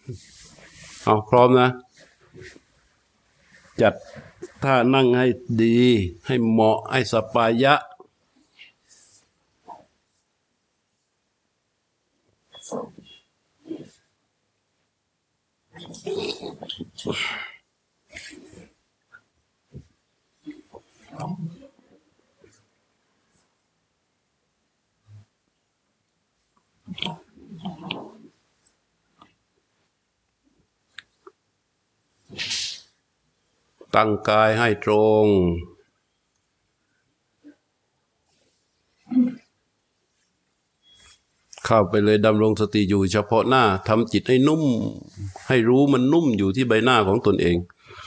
เอาพร้อมนะจัดท่านั่งให้ดีให้เหมาะให้สปายะตั้งกายให้ตรงเข้าไปเลยดำรงสติอยู่เฉพาะหน้าทำจิตให้นุ่มให้รู้มันนุ่มอยู่ที่ใบหน้าของตนเอง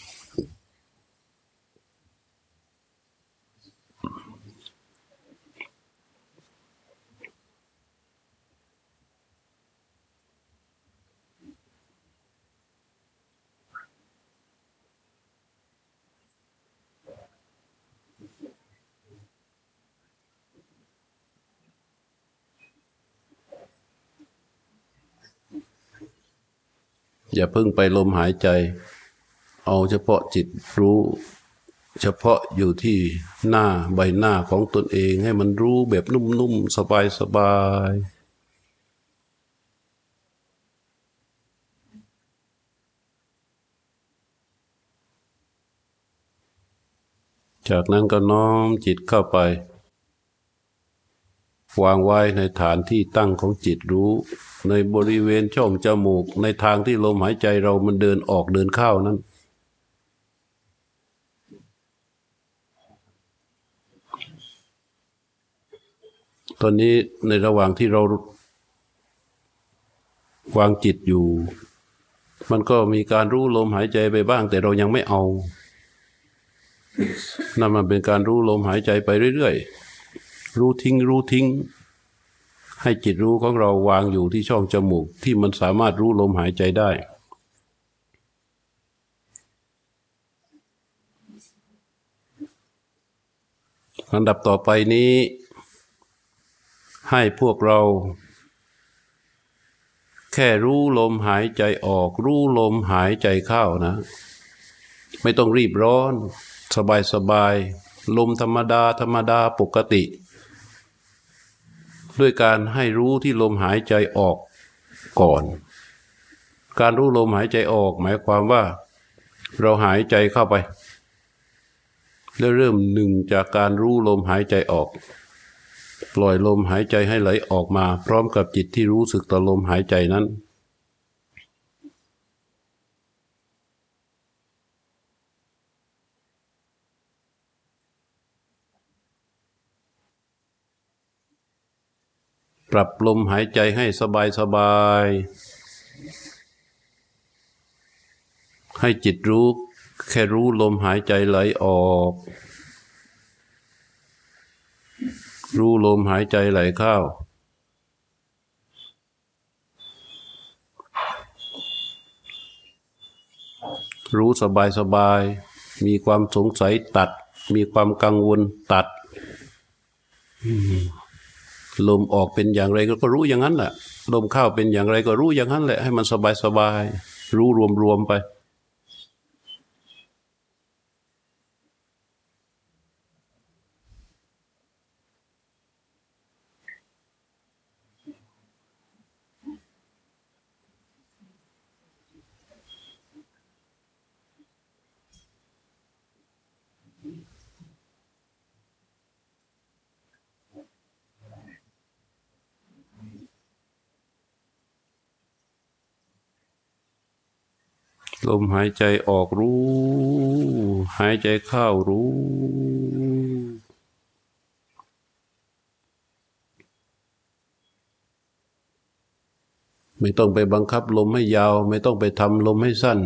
อย่าเพิ่งไปลมหายใจเอาเฉพาะจิตรู้เฉพาะอยู่ที่หน้าใบหน้าของตนเองให้มันรู้แบบนุ่มๆสบายๆจากนั้นก็น้อมจิตเข้าไปวางไว้ในฐานที่ตั้งของจิตรู้ในบริเวณช่องจมูกในทางที่ลมหายใจเรามันเดินออกเดินเข้านั้นตอนนี้ในระหว่างที่เราวางจิตอยู่มันก็มีการรู้ลมหายใจไปบ้างแต่เรายังไม่เอานั่นมันเป็นการรู้ลมหายใจไปเรื่อยๆรู้ทิ้งให้จิตรู้ของเราวางอยู่ที่ช่องจมูกที่มันสามารถรู้ลมหายใจได้อันดับต่อไปนี้ให้พวกเราแค่รู้ลมหายใจออกรู้ลมหายใจเข้านะไม่ต้องรีบร้อนสบายลมธรรมดาปกติด้วยการให้รู้ที่ลมหายใจออกก่อนการรู้ลมหายใจออกหมายความว่าเราหายใจเข้าไปแล้วเริ่มหนึ่งจากการรู้ลมหายใจออกปล่อยลมหายใจให้ไหลออกมาพร้อมกับจิตที่รู้สึกต่อลมหายใจนั้นปรับลมหายใจให้สบายให้จิตรู้แค่รู้ลมหายใจไหลออกรู้ลมหายใจไหลเข้ารู้สบายมีความสงสัยตัดมีความกังวลตัดลมออกเป็นอย่างไรก็รู้อย่างนั้นแหละลมเข้าเป็นอย่างไรก็รู้อย่างนั้นแหละให้มันสบายรู้รวมไปลมหายใจออกรู้หายใจเข้ารู้ไม่ต้องไปบังคับลมให้ยาวไม่ต้องไปทำลมให้สั้น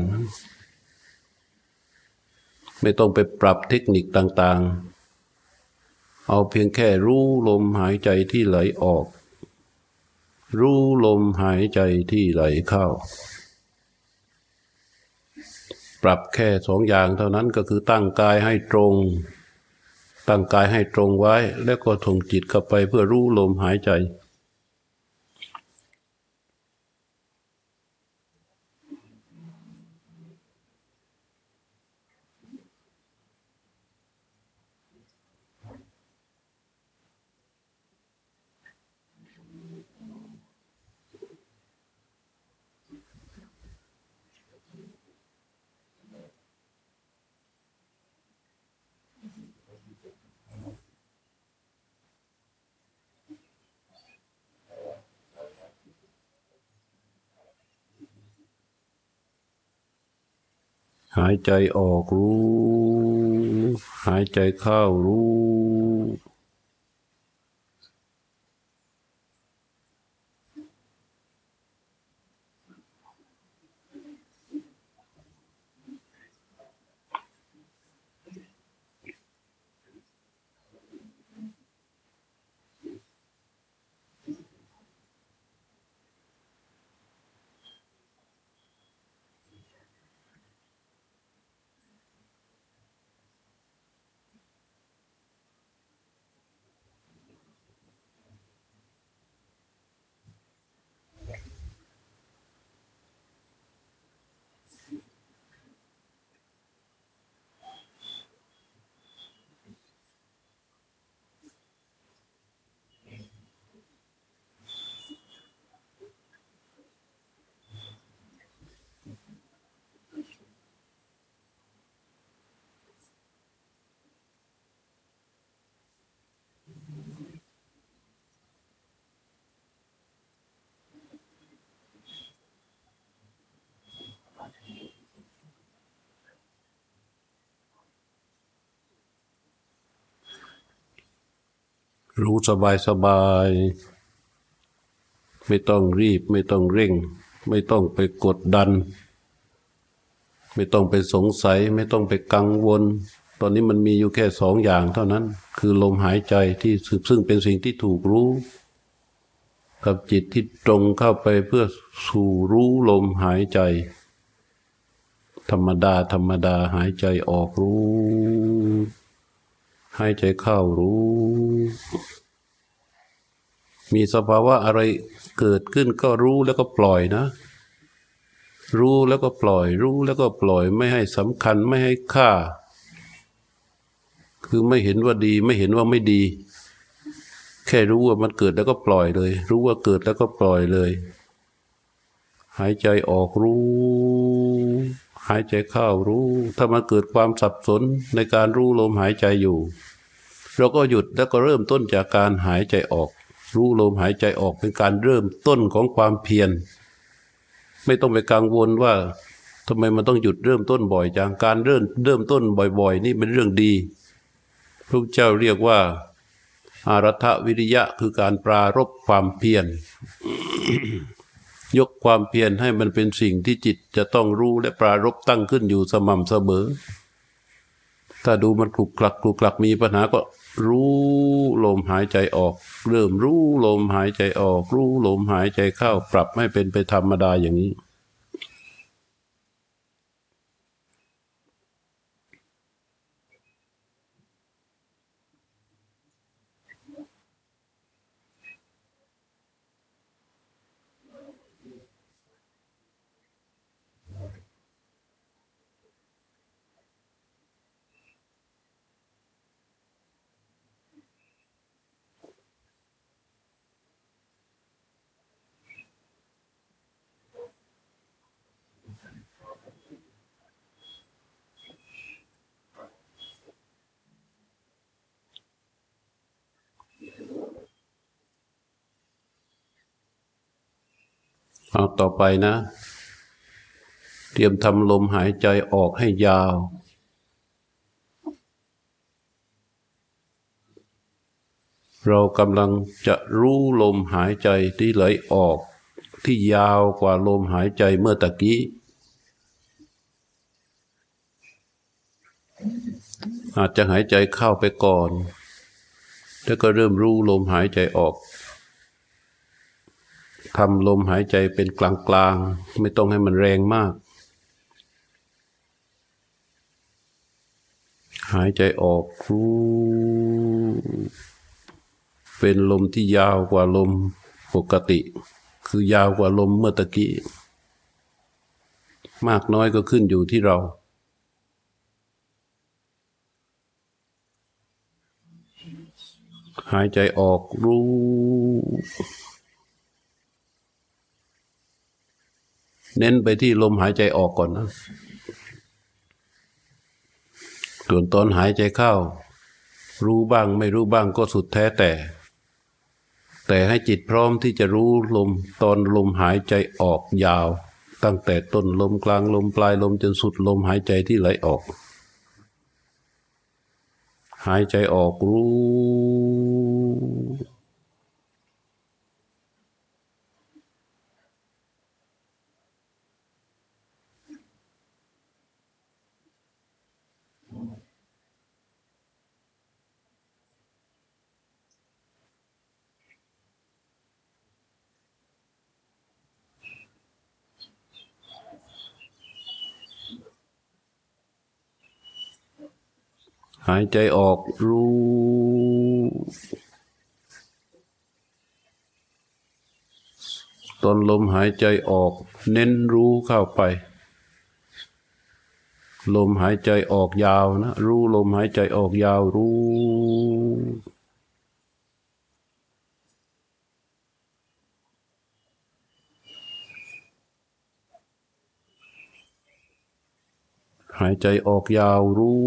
ไม่ต้องไปปรับเทคนิคต่างๆเอาเพียงแค่รู้ลมหายใจที่ไหลออกรู้ลมหายใจที่ไหลเข้าปรับแค่สองอย่างเท่านั้นก็คือตั้งกายให้ตรงตั้งกายให้ตรงไว้แล้วก็ส่งจิตเข้าไปเพื่อรู้ลมหายใจหายใจออกรู้หายใจเข้ารู้รู้สบายสบายไม่ต้องรีบไม่ต้องเร่งไม่ต้องไปกดดันไม่ต้องไปสงสัยไม่ต้องไปกังวลตอนนี้มันมีอยู่แค่สองอย่างเท่านั้นคือลมหายใจที่ซึ่งเป็นสิ่งที่ถูกรู้กับจิตที่ตรงเข้าไปเพื่อสู่รู้ลมหายใจธรรมดาธรรมดาหายใจออกรู้หายใจเข้ารู้มีสภาวะอะไรเกิดขึ้นก็รู้แล้วก็ปล่อยนะรู้แล้วก็ปล่อยรู้แล้วก็ปล่อยไม่ให้สำคัญไม่ให้ค่าคือไม่เห็นว่าดีไม่เห็นว่าไม่ดีแค่รู้ว่ามันเกิดแล้วก็ปล่อยเลยรู้ว่าเกิดแล้วก็ปล่อยเลยหายใจออกรู้หายใจเข้ารู้ถ้ามันเกิดความสับสนในการรู้ลมหายใจอยู่เราก็หยุดแล้วก็เริ่มต้นจากการหายใจออกรู้ลมหายใจออกเป็นการเริ่มต้นของความเพียรไม่ต้องไปกังวลว่าทำไมมันต้องหยุดเริ่มต้นบ่อยจังการเริ่มต้นบ่อยๆนี่เป็นเรื่องดีพระเจ้าเรียกว่าอารัฐวิริยะคือการปรารภความเพียร ยกความเพียรให้มันเป็นสิ่งที่จิตจะต้องรู้และปรารภตั้งขึ้นอยู่สม่ำเสมอถ้าดูมันคลุกคลักมีปัญหาก็รู้ลมหายใจออกเริ่มรู้ลมหายใจออกรู้ลมหายใจเข้าปรับให้เป็นไปธรรมดาอย่างนี้เอาต่อไปนะเตรียมทำลมหายใจออกให้ยาวเรากำลังจะรู้ลมหายใจที่ไหลออกที่ยาวกว่าลมหายใจเมื่อตะกี้อาจจะหายใจเข้าไปก่อนแล้วก็เริ่มรู้ลมหายใจออกทำลมหายใจเป็นกลางๆไม่ต้องให้มันแรงมากหายใจออกรู้เป็นลมที่ยาวกว่าลมปกติคือยาวกว่าลมเมื่อตะกี้มากน้อยก็ขึ้นอยู่ที่เราหายใจออกรู้เน้นไปที่ลมหายใจออกก่อนนะส่วนตอนหายใจเข้ารู้บ้างไม่รู้บ้างก็สุดแท้แต่ให้จิตพร้อมที่จะรู้ลมตอนลมหายใจออกยาวตั้งแต่ต้นลมกลางลมปลายลมจนสุดลมหายใจที่ไหลออกหายใจออกรู้หายใจออกรู้ตอนลมหายใจออกเน้นรู้เข้าไปลมหายใจออกยาวนะรู้ลมหายใจออกยาวรู้หายใจออกยาวรู้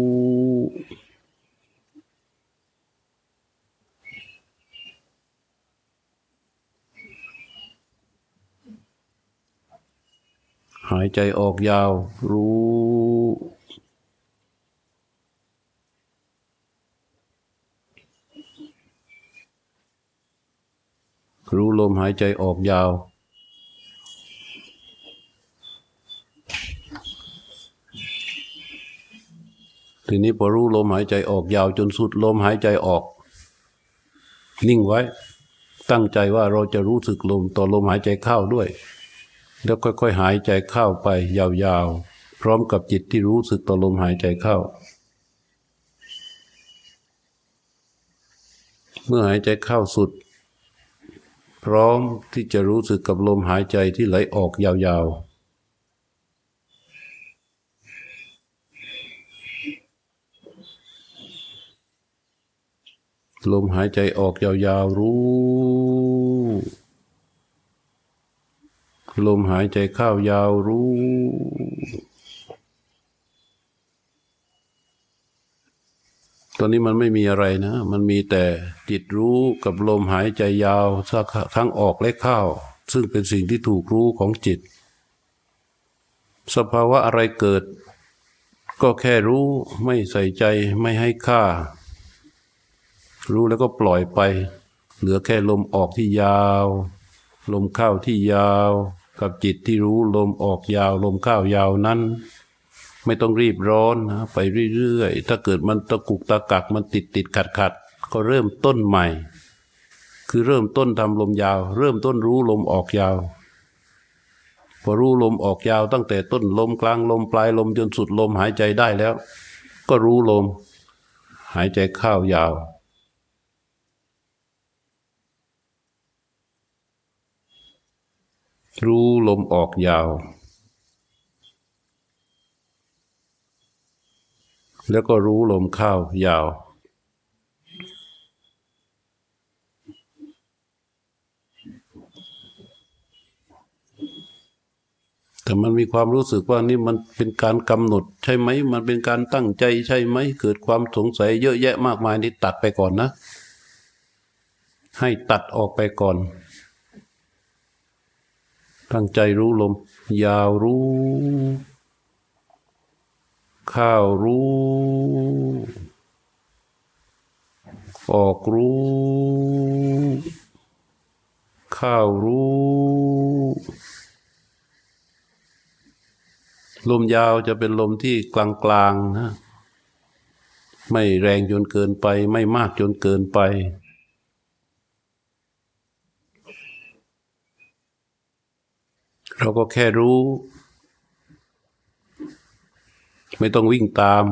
หายใจออกยาวรู้รู้ลมหายใจออกยาวทีนี้พอรู้ลมหายใจออกยาวจนสุดลมหายใจออกนิ่งไว้ตั้งใจว่าเราจะรู้สึกลมต่อลมหายใจเข้าด้วยแล้วค่อยๆหายใจเข้าไปยาวๆพร้อมกับจิตที่รู้สึกต่อลมหายใจเข้าเมื่อหายใจเข้าสุดพร้อมที่จะรู้สึกกับลมหายใจที่ไหลออกยาวๆลมหายใจออกยาวๆรู้ลมหายใจเข้ายาวรู้ตอนนี้มันไม่มีอะไรนะมันมีแต่จิตรู้กับลมหายใจยาวทั้งออกและเข้าซึ่งเป็นสิ่งที่ถูกรู้ของจิตสภาวะอะไรเกิดก็แค่รู้ไม่ใส่ใจไม่ให้ค่ารู้แล้วก็ปล่อยไปเหลือแค่ลมออกที่ยาวลมเข้าที่ยาวกับจิตที่รู้ลมออกยาวลมเข้ายาวนั้นไม่ต้องรีบร้อนนะไปเรื่อยๆถ้าเกิดมันตะกุกตะกักมันติดขัดก็เริ่มต้นใหม่คือเริ่มต้นทำลมยาวเริ่มต้นรู้ลมออกยาวพอรู้ลมออกยาวตั้งแต่ต้นลมกลางลมปลายลมจนสุดลมหายใจได้แล้วก็รู้ลมหายใจเข้ายาวรู้ลมออกยาวแล้วก็รู้ลมเข้ายาวแต่มันมีความรู้สึกว่านี่มันเป็นการกำหนดใช่ไหมมันเป็นการตั้งใจใช่ไหมเกิดความสงสัยเยอะแยะมากมายนี่ตัดไปก่อนนะให้ตัดออกไปก่อนตั้งใจรู้ลมยาวรู้เข้ารู้ออกรู้เข้ารู้ลมยาวจะเป็นลมที่กลางๆนะไม่แรงจนเกินไปไม่มากจนเกินไปเราก็แค่รู้ไม่ต้องวิ่งตาม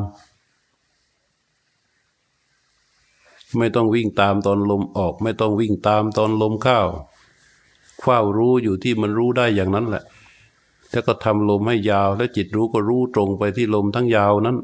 ไม่ต้องวิ่งตามตอนลมออกไม่ต้องวิ่งตามตอนลมเข้าเฝ้ารู้อยู่ที่มันรู้ได้อย่างนั้นแหละแล้วก็ทำลมให้ยาวแล้วจิตรู้ก็รู้ตรงไปที่ลมทั้งยาวนั้น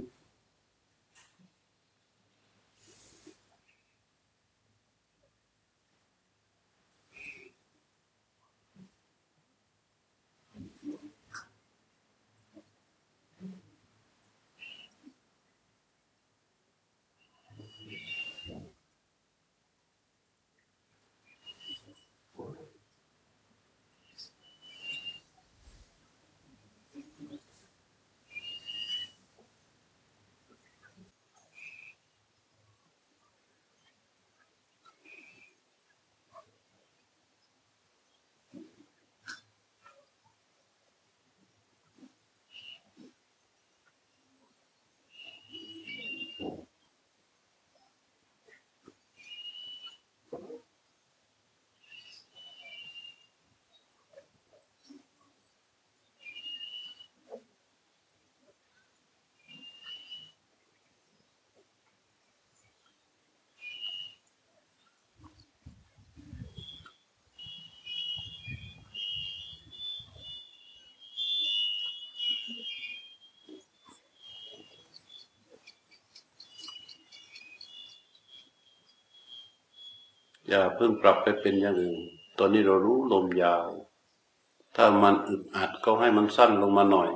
อย่าเพิ่งปรับไปเป็นอย่างอื่นตอนนี้เรารู้ลมยาวถ้ามันอึดอัดก็ให้มันสั้นลงมาหน่อย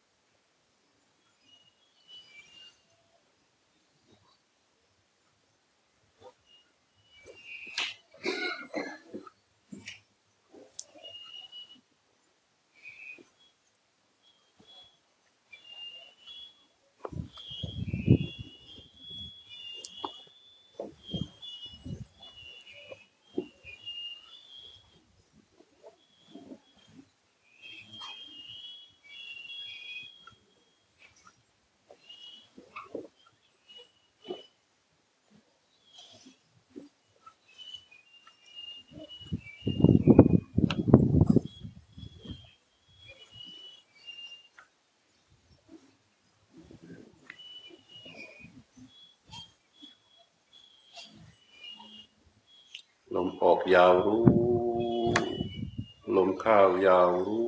ลมออกยาวรู้ลมเข้ายาวรู้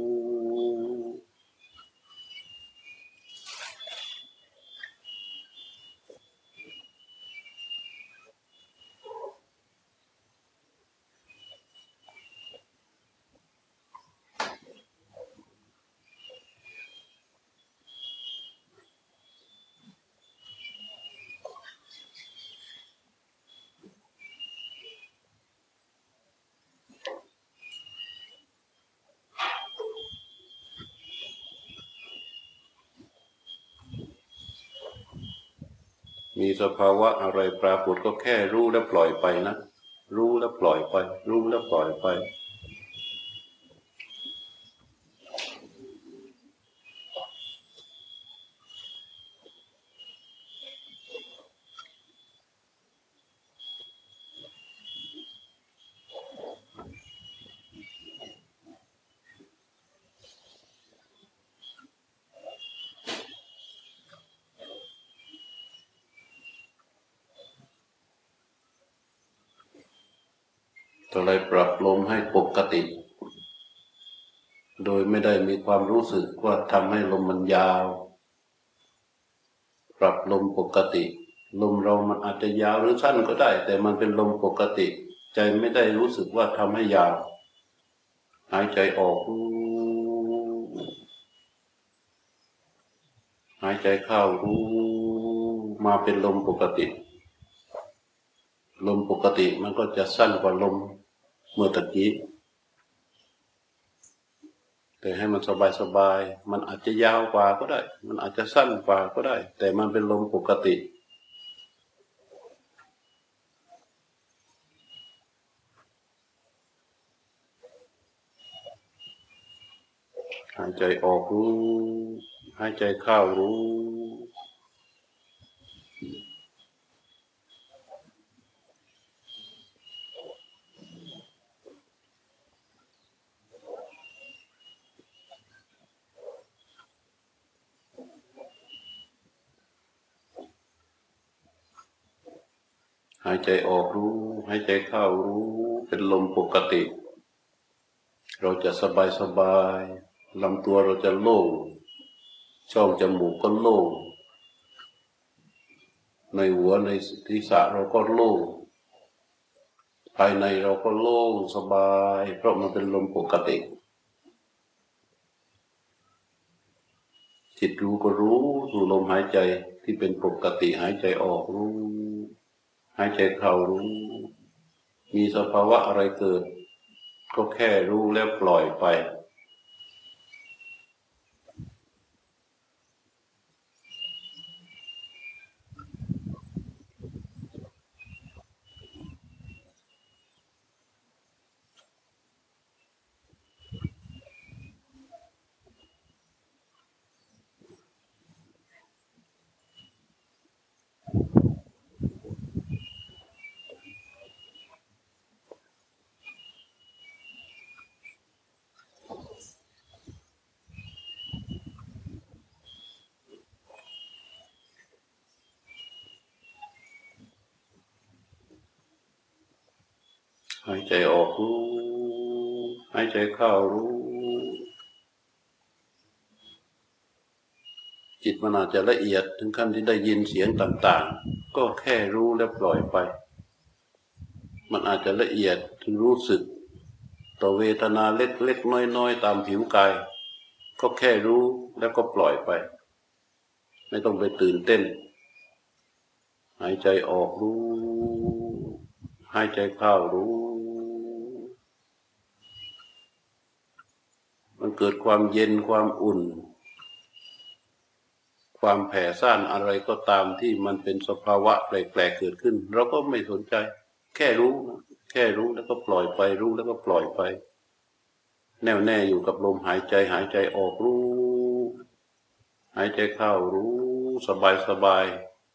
มีสภาวะอะไรปรากฏก็แค่รู้แล้วปล่อยไปนะรู้แล้วปล่อยไปรู้แล้วปล่อยไปตัวอะไรปรับลมให้ปกติโดยไม่ได้มีความรู้สึกว่าทำให้ลมมันยาวปรับลมปกติลมเรามันอาจจะยาวหรือสั้นก็ได้แต่มันเป็นลมปกติใจไม่ได้รู้สึกว่าทำให้ยาวหายใจออกรู้หายใจเข้ารู้มาเป็นลมปกติลมปกติมันก็จะสั้นกว่าลมเมื่อตะกี้แต่ให้มันสบายๆมันอาจจะยาวกว่าก็ได้มันอาจจะสั้นกว่าก็ได้แต่มันเป็นลมปกติหายใจออกรู้หายใจเข้ารู้หายใจออกรู้หายใจเข้ารู้เป็นลมปกติเราจะสบายลำตัวเราจะโล่งช่องจมูกก็โล่งในหัวในศีรษะเราก็โล่งภายในเราก็โล่งสบายเพราะมันเป็นลมปกติจิตรู้ก็รู้สู่ลมหายใจที่เป็นปกติหายใจออกรู้หายใจเข้ารู้มีสภาวะอะไรเกิดก็แค่รู้แล้วปล่อยไปหายใจออกรู้หายใจเข้ารู้จิตมันอาจจะละเอียดถึงขั้นที่ได้ยินเสียงต่างๆก็แค่รู้แล้วปล่อยไปมันอาจจะละเอียดรู้สึกต่อเวทนาเล็กๆน้อยๆตามผิวกายก็แค่รู้แล้วก็ปล่อยไปไม่ต้องไปตื่นเต้นหายใจออกรู้หายใจเข้ารู้มันเกิดความเย็นความอุ่นความแผ่ซ่านอะไรก็ตามที่มันเป็นสภาวะแปลกๆเกิดขึ้นเราก็ไม่สนใจแค่รู้แล้วก็ปล่อยไปรู้แล้วก็ปล่อยไปแน่วแน่อยู่กับลมหายใจหายใจออกรู้หายใจเข้ารู้สบาย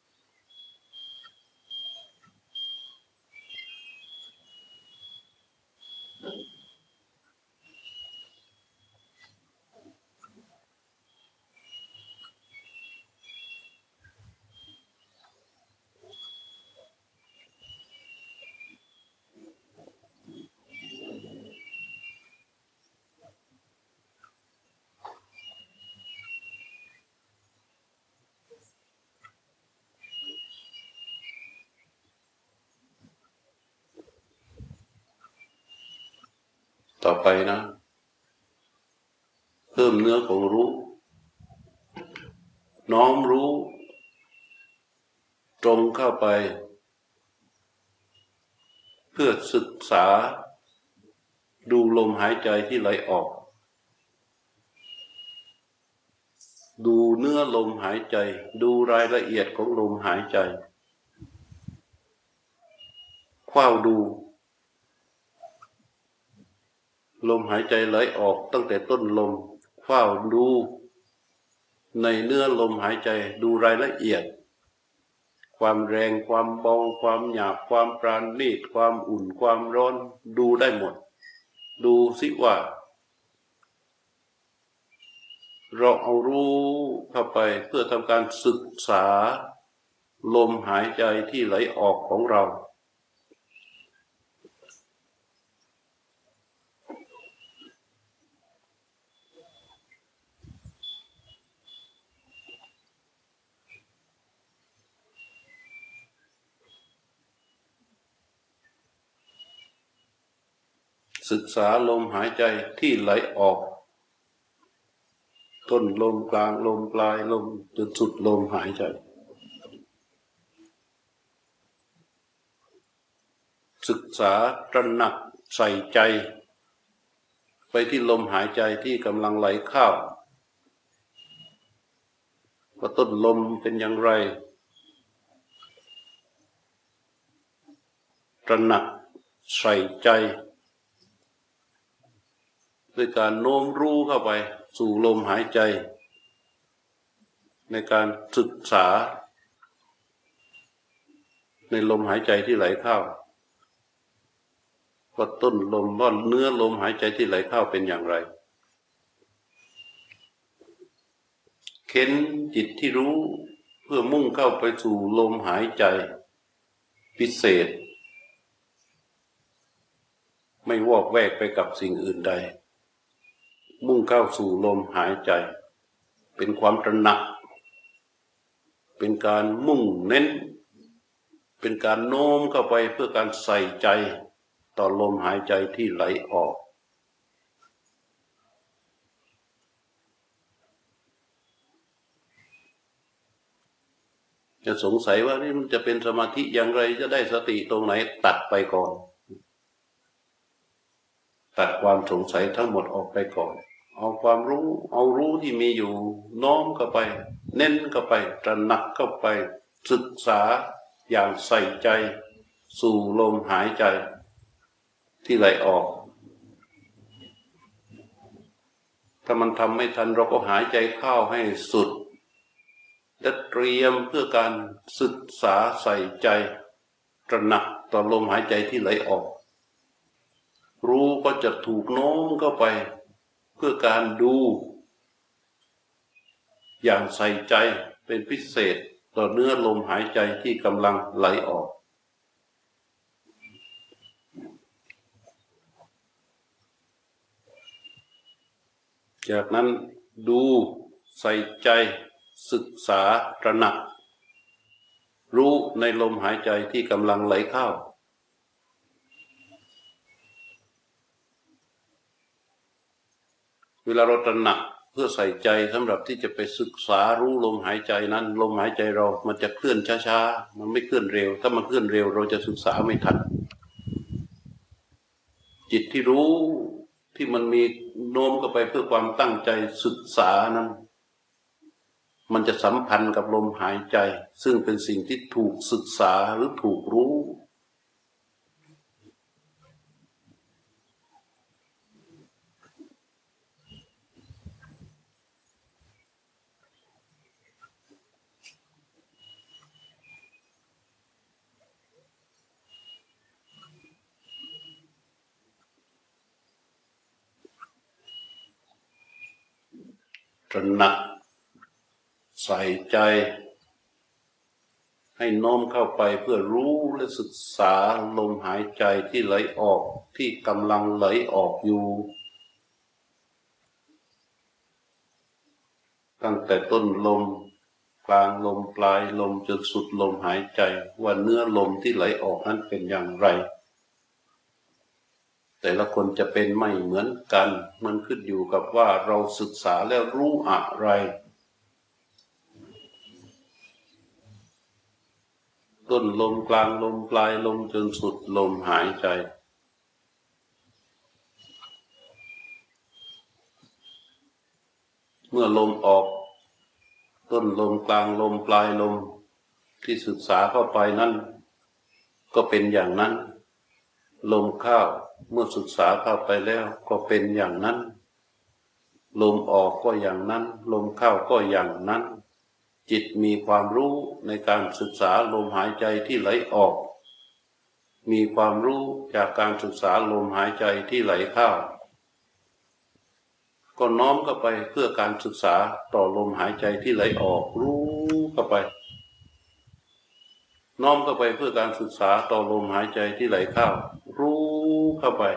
ต่อไปนะเพิ่มเนื้อของรู้น้อมรู้ตรงเข้าไปเพื่อศึกษาดูลมหายใจที่ไหลออกดูเนื้อลมหายใจดูรายละเอียดของลมหายใจเฝ้าดูลมหายใจไหลออกตั้งแต่ต้นลมเฝ้าดูในเนื้อลมหายใจดูรายละเอียดความแรงความเบาความหยาบความปราณีตความอุ่นความร้อนดูได้หมดดูสิว่าเราเอารู้เข้าไปเพื่อทำการศึกษาลมหายใจที่ไหลออกของเราศึกษาลมหายใจที่ไหลออกต้นลมกลางลมปลายลมจนสุดลมหายใจศึกษาตระหนักใส่ใจไปที่ลมหายใจที่กำลังไหลเข้าว่าต้นลมเป็นอย่างไรตระหนักใส่ใจด้วยการโน้มรู้เข้าไปสู่ลมหายใจในการศึกษาในลมหายใจที่ไหลเข้าว่าต้นลมว่าเนื้อลมหายใจที่ไหลเข้าเป็นอย่างไรเค้นจิตที่รู้เพื่อมุ่งเข้าไปสู่ลมหายใจพิเศษไม่วอกแวกไปกับสิ่งอื่นใดมุ่งเข้าสู่ลมหายใจเป็นความตระหนักเป็นการมุ่งเน้นเป็นการโน้มเข้าไปเพื่อการใส่ใจต่อลมหายใจที่ไหลออกจะสงสัยว่านี่มันจะเป็นสมาธิอย่างไรจะได้สติตรงไหนตัดไปก่อนตัดความสงสัยทั้งหมดออกไปก่อนเอาความรู้เอารู้ที่มีอยู่น้อมเข้าไปเน้นเข้าไปตระหนักเข้าไปศึกษาอย่างใส่ใจสู่ลมหายใจที่ไหลออกถ้ามันทำไม่ทันเราก็หายใจเข้าให้สุดและเตรียมเพื่อการศึกษาใส่ใจตระหนักต่อลมหายใจที่ไหลออกรู้ก็จะถูกโน้มเข้าไปเพื่อการดูอย่างใส่ใจเป็นพิเศษต่อเนื้อลมหายใจที่กำลังไหลออกจากนั้นดูใส่ใจศึกษาตระหนักรู้ในลมหายใจที่กำลังไหลเข้าเวลาเราตระหนักเพื่อใส่ใจสำหรับที่จะไปศึกษารู้ลมหายใจนั้นลมหายใจเรามันจะเคลื่อนช้าๆมันไม่เคลื่อนเร็วถ้ามันเคลื่อนเร็วเราจะศึกษาไม่ทันจิตที่รู้ที่มันมีโน้มเข้าไปเพื่อความตั้งใจศึกษานั้นมันจะสัมพันธ์กับลมหายใจซึ่งเป็นสิ่งที่ถูกศึกษาหรือถูกรู้ตระหนักใส่ใจให้น้อมเข้าไปเพื่อรู้และศึกษาลมหายใจที่ไหลออกที่กำลังไหลออกอยู่ตั้งแต่ต้นลมกลางลมปลายลมจนสุดลมหายใจว่าเนื้อลมที่ไหลออกนั้นเป็นอย่างไรแต่ละคนจะเป็นไม่เหมือนกันมันขึ้นอยู่กับว่าเราศึกษาแล้วรู้อะไรต้นลมกลางลมปลายลมจนสุดลมหายใจเมื่อลมออกต้นลมกลางลมปลายลมที่ศึกษาเข้าไปนั้นก็เป็นอย่างนั้นลมเข้าเมื่อศึกษาเข้าไปแล้วก็เป็นอย่างนั้นลมออกก็อย่างนั้นลมเข้าก็อย่างนั้นจิตมีความรู้ในการศึกษาลมหายใจที่ไหลออกมีความรู้จากการศึกษาลมหายใจที่ไหลเข้าก็น้อมเข้าไปเพื่อการศึกษาต่อลมหายใจที่ไหลออกรู้เข้าไปน้อมเข้าไปเพื่อการศึกษาต่อลมหายใจที่ไหลเข้ารู้เข้าไป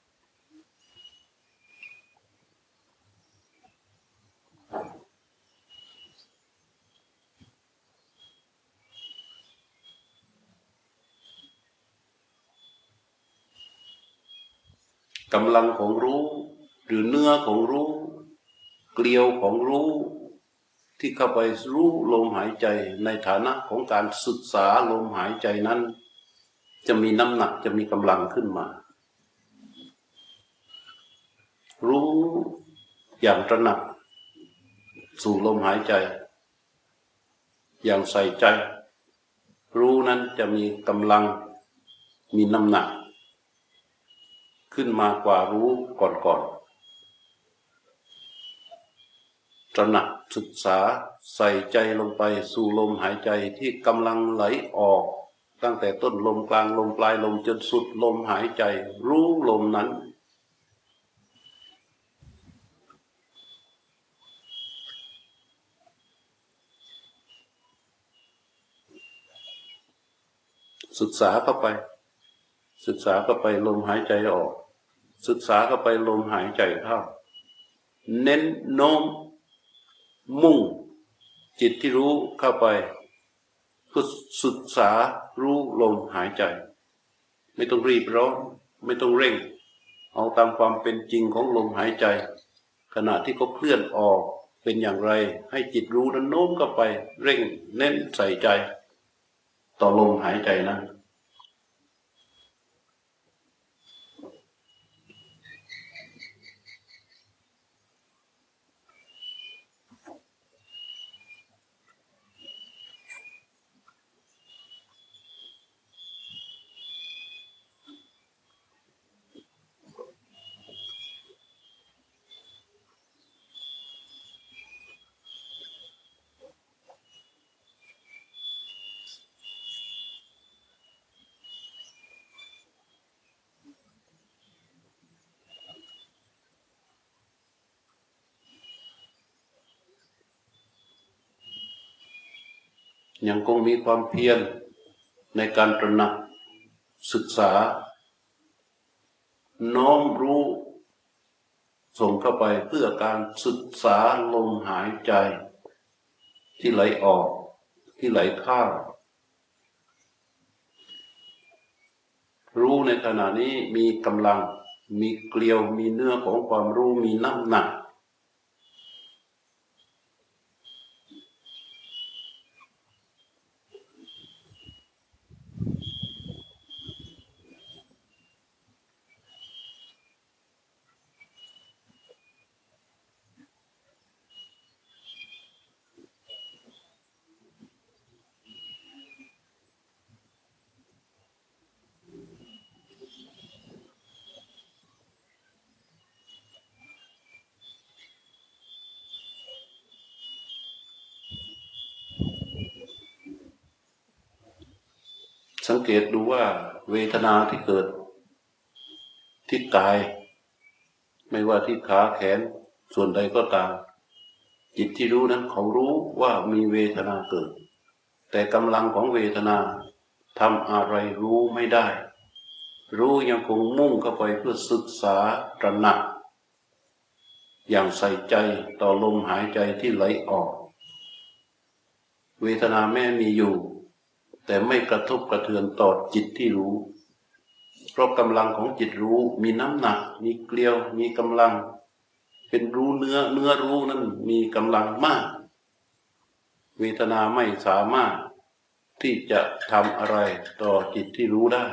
กำลังของรู้หรือเนื้อของรู้เกลียวของรู้ที่เข้าไปรู้ลมหายใจในฐานะของการศึกษาลมหายใจนั้นจะมีน้ำหนักจะมีกำลังขึ้นมารู้อย่างตระหนักสู่ลมหายใจอย่างใส่ใจรู้นั้นจะมีกำลังมีน้ำหนักขึ้นมากว่ารู้ก่อนตระหนักศึกษาใส่ใจลงไปสู่ลมหายใจที่กำลังไหลออกตั้งแต่ต้นลมกลางลมปลายลมจนสุดลมหายใจรู้ลมนั้นศึกษาเข้าไปศึกษาเข้าไปลมหายใจออกศึกษาเข้าไปลมหายใจเข้าเน้นโน้มมุ่งจิตที่รู้เข้าไปเพื่อศึกษารู้ลมหายใจไม่ต้องรีบร้อนไม่ต้องเร่งเอาตามความเป็นจริงของลมหายใจขณะที่เขาเคลื่อนออกเป็นอย่างไรให้จิตรู้นั้นโน้มเข้าไปเร่งเน้นใส่ใจต่อลมหายใจนั้นยังคงมีความเพียรในการตระหนักศึกษาน้อมรู้ส่งเข้าไปเพื่อการศึกษาลมหายใจที่ไหลออกที่ไหลเข้ารู้ในขณะนี้มีกำลังมีเกลียวมีเนื้อของความรู้มีน้ำหนักสังเกตดูว่าเวทนาที่เกิดที่กายไม่ว่าที่ขาแขนส่วนใดก็ตามจิตที่รู้นั้นเขารู้ว่ามีเวทนาเกิดแต่กำลังของเวทนาทำอะไรรู้ไม่ได้รู้ยังคงมุ่งเข้าไปเพื่อศึกษาตระหนักอย่างใส่ใจต่อลมหายใจที่ไหลออกเวทนาแม้มีอยู่แต่ไม่กระทบกระเทือนต่อจิตที่รู้เพราะกำลังของจิตรู้มีน้ำหนักมีเกลียวมีกำลังเป็นรู้เนื้อรู้นั้นมีกำลังมากเวทนาไม่สามารถที่จะทำอะไรต่อจิตที่รู้ได้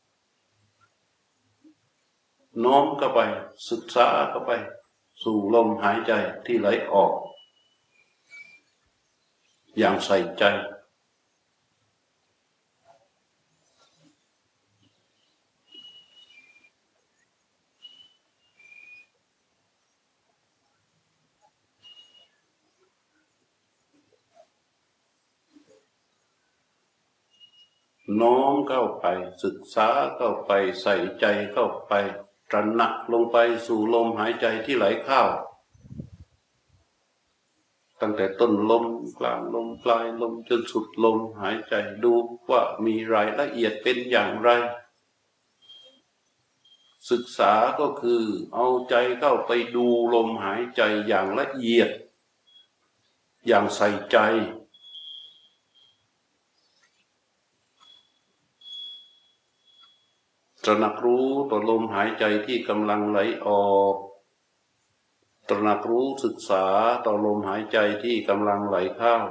น้อมเข้าไปศึกษาเข้าไปสู่ลมหายใจที่ไหลออกอย่างใส่ใจน้อมเข้าไปศึกษาเข้าไปใส่ใจเข้าไปตระหนักลงไปสู่ลมหายใจที่ไหลเข้าตั้งแต่ต้นลมกลางลมปลายลมจนสุดลมหายใจดูว่ามีรายละเอียดเป็นอย่างไรศึกษาก็คือเอาใจเข้าไปดูลมหายใจอย่างละเอียดอย่างใส่ใจตระหนักรู้ต่อลมหายใจที่กำลังไหลออกตระหนักรู้ศึกษาต่อลมหายใจที่กำลังไหลเข้า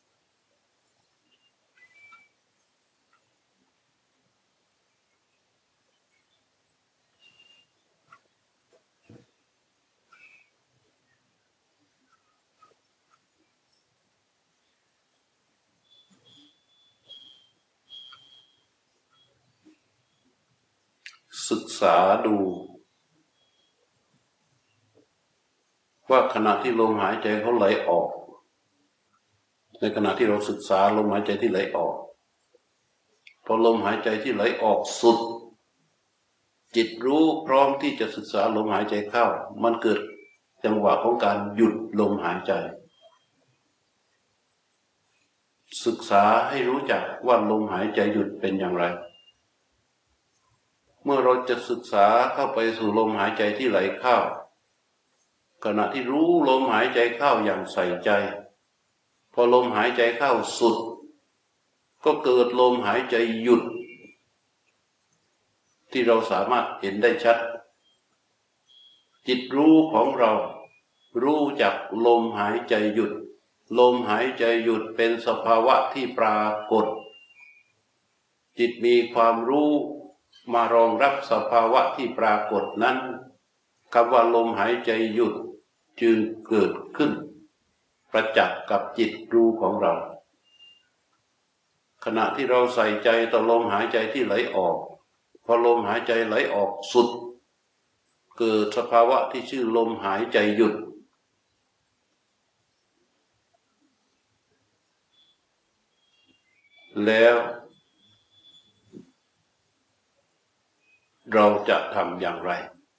ศึกษาดูว่าขณะที่ลมหายใจเขาไหลออกในขณะที่เราศึกษาลมหายใจที่ไหลออกพอลมหายใจที่ไหลออกสุดจิตรู้พร้อมที่จะศึกษาลมหายใจเข้ามันเกิดจังหวะของการหยุดลมหายใจศึกษาให้รู้จักว่าลมหายใจหยุดเป็นอย่างไรเมื่อเราจะศึกษาเข้าไปสู่ลมหายใจที่ไหลเข้าขณะที่รู้ลมหายใจเข้าอย่างใส่ใจพอลมหายใจเข้าสุดก็เกิดลมหายใจหยุดที่เราสามารถเห็นได้ชัดจิตรู้ของเรารู้จักลมหายใจหยุดลมหายใจหยุดเป็นสภาวะที่ปรากฏจิตมีความรู้มารองรับสภาวะที่ปรากฏนั้นคำว่าลมหายใจหยุดจึงเกิดขึ้นประจักษ์กับจิตรู้ของเราขณะที่เราใส่ใจต่อลมหายใจที่ไหลออกพอลมหายใจไหลออกสุดเกิดสภาวะที่ชื่อลมหายใจหยุดแล้วเราจะทำอย่างไร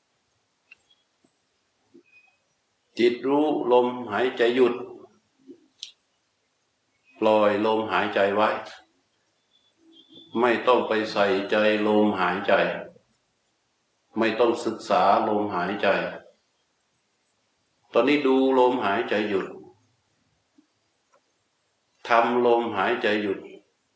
จิตรู้ลมหายใจหยุดปล่อยลมหายใจไว้ไม่ต้องไปใส่ใจลมหายใจไม่ต้องศึกษาลมหายใจตอนนี้ดูลมหายใจหยุดทำลมหายใจหยุด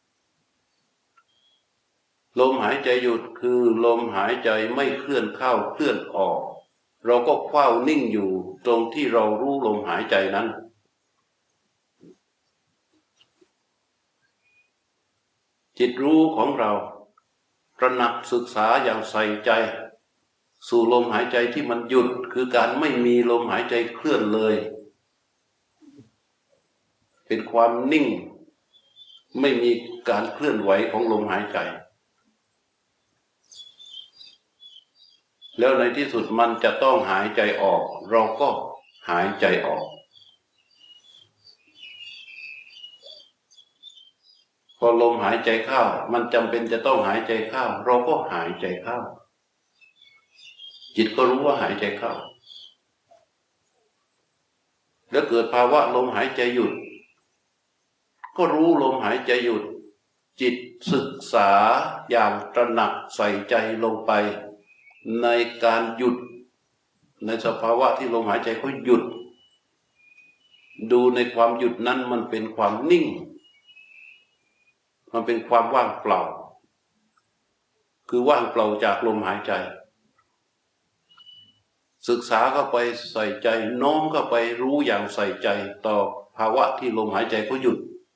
ลมหายใจหยุดคือลมหายใจไม่เคลื่อนเข้าเคลื่อนออกเราก็เฝ้านิ่งอยู่ตรงที่เรารู้ลมหายใจนั้นจิตรู้ของเราตระหนักศึกษาอย่างใส่ใจสู่ลมหายใจที่มันหยุดคือการไม่มีลมหายใจเคลื่อนเลยเป็นความนิ่งไม่มีการเคลื่อนไหวของลมหายใจแล้วในที่สุดมันจะต้องหายใจออกเราก็หายใจออกพอลมหายใจเข้ามันจำเป็นจะต้องหายใจเข้าเราก็หายใจเข้าจิตก็รู้ว่าหายใจเข้าแล้วเกิดภาวะลมหายใจหยุดก็รู้ลมหายใจหยุดจิตศึกษาอย่างตระหนักใส่ใจลงไปในการหยุดในสภาวะที่ลมหายใจเขาหยุดดูในความหยุดนั้นมันเป็นความนิ่งมันเป็นความว่างเปล่าคือว่างเปล่าจากลมหายใจศึกษาเข้าไปใส่ใจน้อมเข้าไปรู้อย่างใส่ใจต่อภาวะที่ลมหายใจเขาหยุด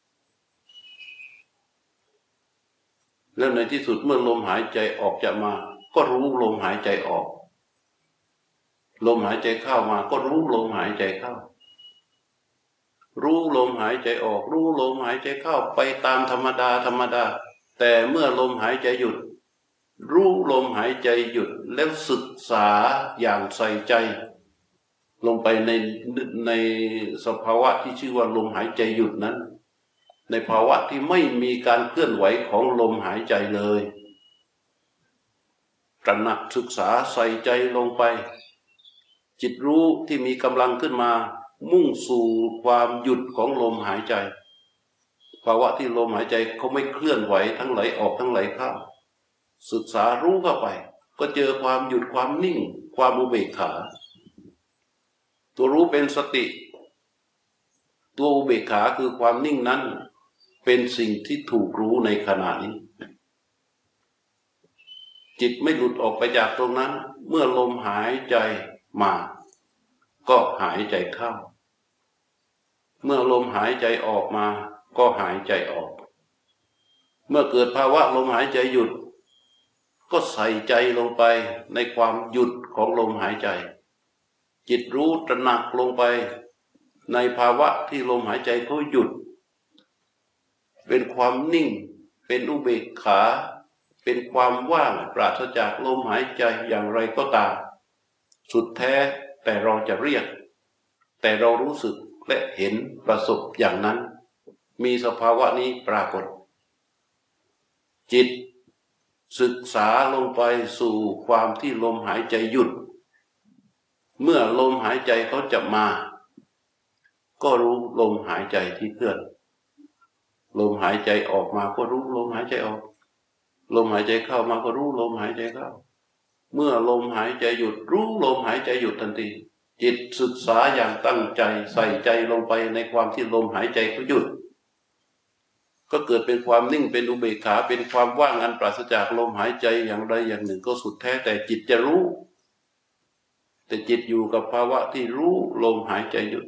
แล้วในที่สุดเมื่อลมหายใจออกจะมาก็รู้ลมหายใจออกลมหายใจเข้ามาก็รู้ลมหายใจเข้ารู้ลมหายใจออกรู้ลมหายใจเข้าไปตามธรรมดาแต่เมื่อลมหายใจหยุดรู้ลมหายใจหยุดแล้วศึกษาอย่างใส่ใจลงไปในสภาวะที่ชื่อว่าลมหายใจหยุดนั้นในภาวะที่ไม่มีการเคลื่อนไหวของลมหายใจเลยตระหนักศึกษาใส่ใจลงไปจิตรู้ที่มีกำลังขึ้นมามุ่งสู่ความหยุดของลมหายใจภาวะที่ลมหายใจเขาไม่เคลื่อนไหวทั้งไหลออกทั้งไหลเข้าศึกษารู้เข้าไปก็เจอความหยุดความนิ่งความอุเบกขาตัวรู้เป็นสติตัวอุเบกขาคือความนิ่งนั้นเป็นสิ่งที่ถูกรู้ในขณะนี้จิตไม่หลุดออกไปจากตรงนั้นเมื่อลมหายใจมาก็หายใจเข้าเมื่อลมหายใจออกมาก็หายใจออกเมื่อเกิดภาวะลมหายใจหยุดก็ใส่ใจลงไปในความหยุดของลมหายใจจิตรู้ตระหนักลงไปในภาวะที่ลมหายใจเขาหยุดเป็นความนิ่งเป็นอุเบกขาเป็นความว่างปราศจากลมหายใจอย่างไรก็ตามสุดแท้แต่เราจะเรียกแต่เรารู้สึกและเห็นประสบอย่างนั้นมีสภาวะนี้ปรากฏจิตศึกษาลงไปสู่ความที่ลมหายใจหยุดเมื่อลมหายใจเขาจะมาก็รู้ลมหายใจที่เคลื่อนลมหายใจออกมาก็รู้ลมหายใจออกลมหายใจเข้ามาก็รู้ลมหายใจเข้าเมื่อลมหายใจหยุดรู้ลมหายใจหยุดทันทีจิตศึกษาอย่างตั้งใจใส่ใจลงไปในความที่ลมหายใจเขาหยุดก็เกิดเป็นความนิ่งเป็นอุเบกขาเป็นความว่างอันปราศจากลมหายใจอย่างใดอย่างหนึ่งก็สุดแท้แต่จิตจะรู้แต่จิตอยู่กับภาวะที่รู้ลมหายใจหยุด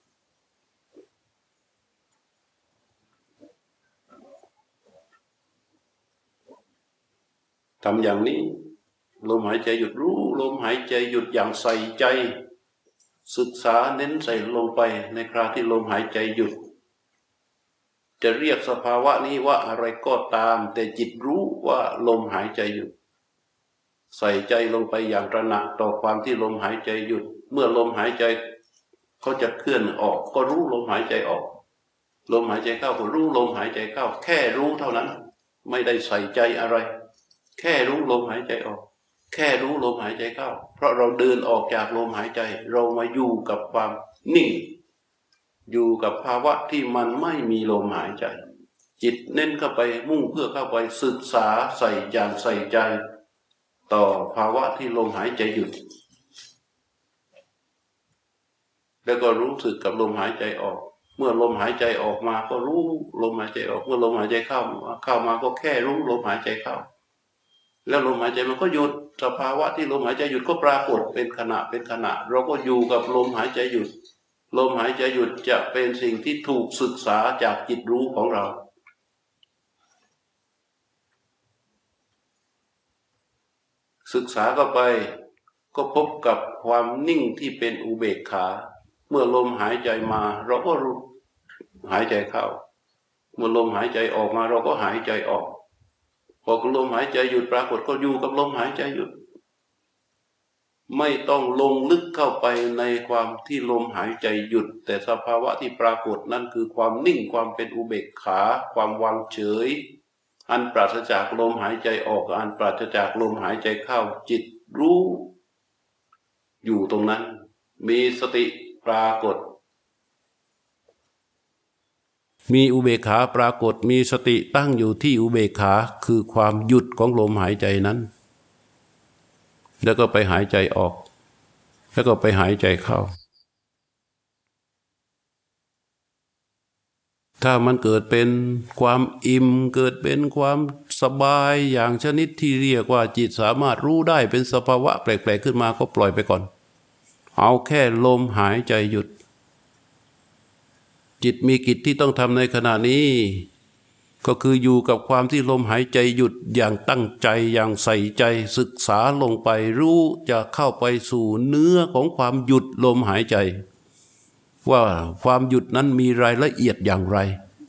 ทำอย่างนี้ลมหายใจหยุดรู้ลมหายใจหยุดอย่างใส่ใจศึกษาเน้นใส่ลงไปในคราที่ลมหายใจหยุดจะเรียกสภาวะนี้ว่าอะไรก็ตามแต่จิตรู้ว่าลมหายใจหยุดใส่ใจลงไปอย่างตระหนักต่อความที่ลมหายใจหยุดเมื่อลมหายใจเขาจะเคลื่อนออกก็รู้ลมหายใจออกลมหายใจเข้าก็รู้ลมหายใจเข้าแค่รู้เท่านั้นไม่ได้ใส่ใจอะไรแค่รู้ลมหายใจออกแค่รู้ลมหายใจเข้าเพราะเราเดินออกจากลมหายใจเรามาอยู่กับความนิ่งอยู่กับภาวะที่มันไม่มีลมหายใจจิตเน้นเข้าไปมุ่งเพื่อเข้าไปศึกษาใส่อย่างใส่ใจต่อภาวะที่ลมหายใจหยุดแล้วก็รู้สึกกับลมหายใจออกเมื่อลมหายใจออกมาก็รู้ลมหายใจออกเมื่อลมหายใจเข้ามาก็แค่รู้ลมหายใจเข้าแล้วลมหายใจมันก็หยุดสภาวะที่ลมหายใจหยุดก็ปรากฏเป็นขณะเราก็อยู่กับลมหายใจหยุดลมหายใจหยุดจะเป็นสิ่งที่ถูกศึกษาจากจิตรู้ของเราศึกษาเข้าไปก็พบกับความนิ่งที่เป็นอุเบกขาเมื่อลมหายใจมาเราก็รู้หายใจเข้าเมื่อลมหายใจออกมาเราก็หายใจออกพอลมหายใจหยุดปรากฏก็อยู่กับลมหายใจหยุดไม่ต้องลงลึกเข้าไปในความที่ลมหายใจหยุดแต่สภาวะที่ปรากฏนั่นคือความนิ่งความเป็นอุเบกขาความวางเฉยอันปราศจากลมหายใจออกอันปราศจากลมหายใจเข้าจิตรู้อยู่ตรงนั้นมีสติปรากฏมีอุเบกขาปรากฏมีสติตั้งอยู่ที่อุเบกขาคือความหยุดของลมหายใจนั้นแล้วก็ไปหายใจออกแล้วก็ไปหายใจเข้าถ้ามันเกิดเป็นความอิ่มเกิดเป็นความสบายอย่างชนิดที่เรียกว่าจิตสามารถรู้ได้เป็นสภาวะแปลกๆขึ้นมาก็ปล่อยไปก่อนเอาแค่ลมหายใจหยุดจิตมีกิจที่ต้องทำในขณะนี้ก็คืออยู่กับความที่ลมหายใจหยุดอย่างตั้งใจอย่างใส่ใจศึกษาลงไปรู้จะเข้าไปสู่เนื้อของความหยุดลมหายใจว่าความหยุดนั้นมีรายละเอียดอย่างไร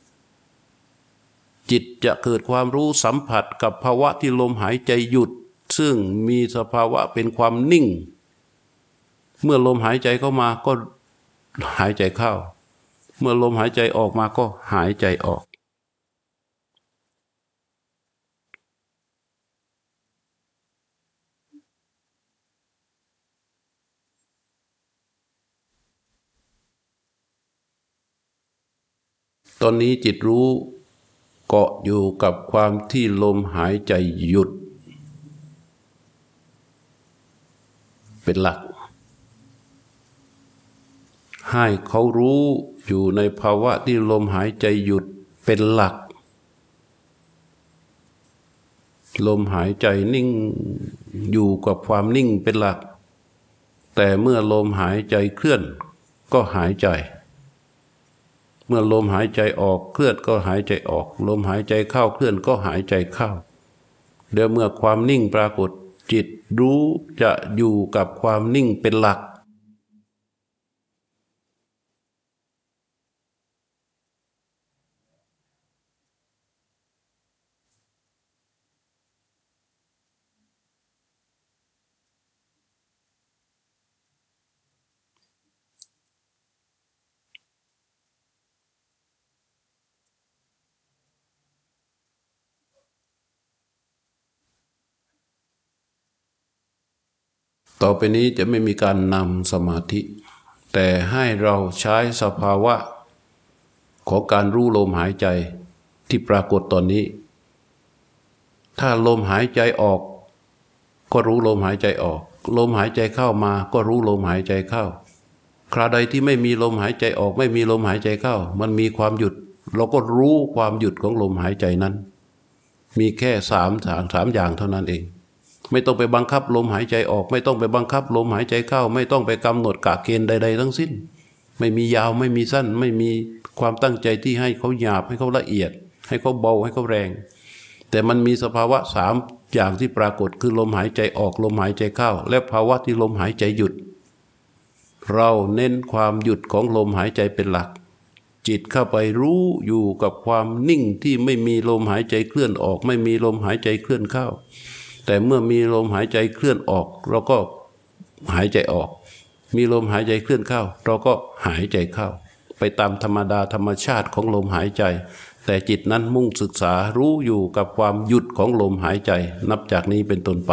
จิตจะเกิดความรู้สัมผัสกับภาวะที่ลมหายใจหยุดซึ่งมีสภาวะเป็นความนิ่งเมื่อลมหายใจเข้ามาก็หายใจเข้าเมื่อลมหายใจออกมาก็หายใจออกตอนนี้จิตรู้เกาะอยู่กับความที่ลมหายใจหยุดเป็นหลักให้เขารู้อยู่ในภาวะที่ลมหายใจหยุดเป็นหลักลมหายใจนิ่งอยู่กับความนิ่งเป็นหลักแต่เมื่อลมหายใจเคลื่อนก็หายใจเมื่อลมหายใจออกเคลื่อนก็หายใจออกลมหายใจเข้าเคลื่อนก็หายใจเข้าเดี๋ยวเมื่อความนิ่งปรากฏจิตรู้จะอยู่กับความนิ่งเป็นหลักต่อไปนี้จะไม่มีการนำสมาธิแต่ให้เราใช้สภาวะของการรู้ลมหายใจที่ปรากฏตอนนี้ถ้าลมหายใจออกก็รู้ลมหายใจออกลมหายใจเข้ามาก็รู้ลมหายใจเข้าคราใดที่ไม่มีลมหายใจออกไม่มีลมหายใจเข้ามันมีความหยุดเราก็รู้ความหยุดของลมหายใจนั้นมีแค่สามอย่างเท่านั้นเองไม่ต้องไปบังคับลมหายใจออกไม่ต้องไปบังคับลมหายใจเข้าไม่ต้องไปกำหนดกะเกณฑ์ใดๆทั้งสิ้นไม่มียาวไม่มีสั้นไม่มีความตั้งใจที่ให้เขาหยาบให้เขาละเอียดให้เขาเบาให้เขาแรงแต่มันมีสภาวะสามอย่างที่ปรากฏคือลมหายใจออกลมหายใจเข้าและภาวะที่ลมหายใจหยุดเราเน้นความหยุดของลมหายใจเป็นหลักจิตเข้าไปรู้อยู่กับความนิ่งที่ไม่มีลมหายใจเคลื่อนออกไม่มีลมหายใจเคลื่อนเข้าแต่เมื่อมีลมหายใจเคลื่อนออกเราก็หายใจออกมีลมหายใจเคลื่อนเข้าเราก็หายใจเข้าไปตามธรรมดาธรรมชาติของลมหายใจแต่จิตนั้นมุ่งศึกษารู้อยู่กับความหยุดของลมหายใจนับจากนี้เป็นต้นไป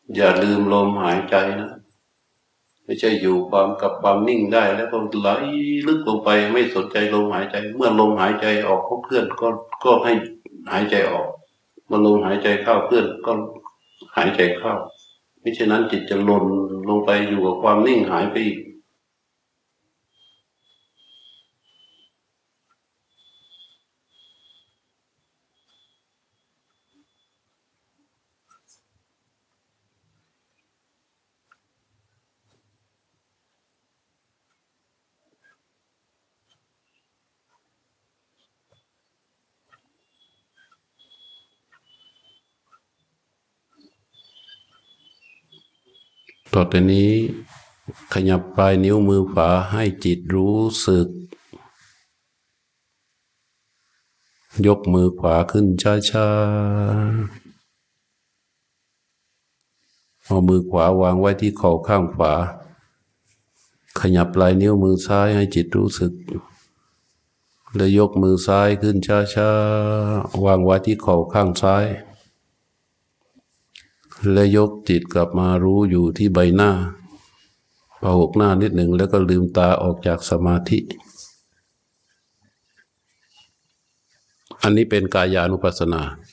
อย่าลืมลมหายใจนะไม่ใช่อยู่ความนิ่งได้แล้วก็ไหลลึกลงไปไม่สนใจลมหายใจเมื่อลมหายใจออกเคลื่อนก็ให้หายใจออกเมื่อลมหายใจเข้าเคลื่อนก็หายใจเข้าไม่เช่นนั้นจิตจะหล่นลงไปอยู่กับความนิ่งหายไปอีกต่อแต่นี้ขยับปลายนิ้วมือขวาให้จิตรู้สึกยกมือขวาขึ้นช้าๆเอามือขวาวางไว้ที่เข่าข้างขวาขยับปลายนิ้วมือซ้ายให้จิตรู้สึกแล้วยกมือซ้ายขึ้นช้าๆวางไว้ที่เข่าข้างซ้ายและยกจิตกลับมารู้อยู่ที่ใบหน้าพหกหน้านิดหนึ่งแล้วก็ลืมตาออกจากสมาธิอันนี้เป็นกายานุปัสสนา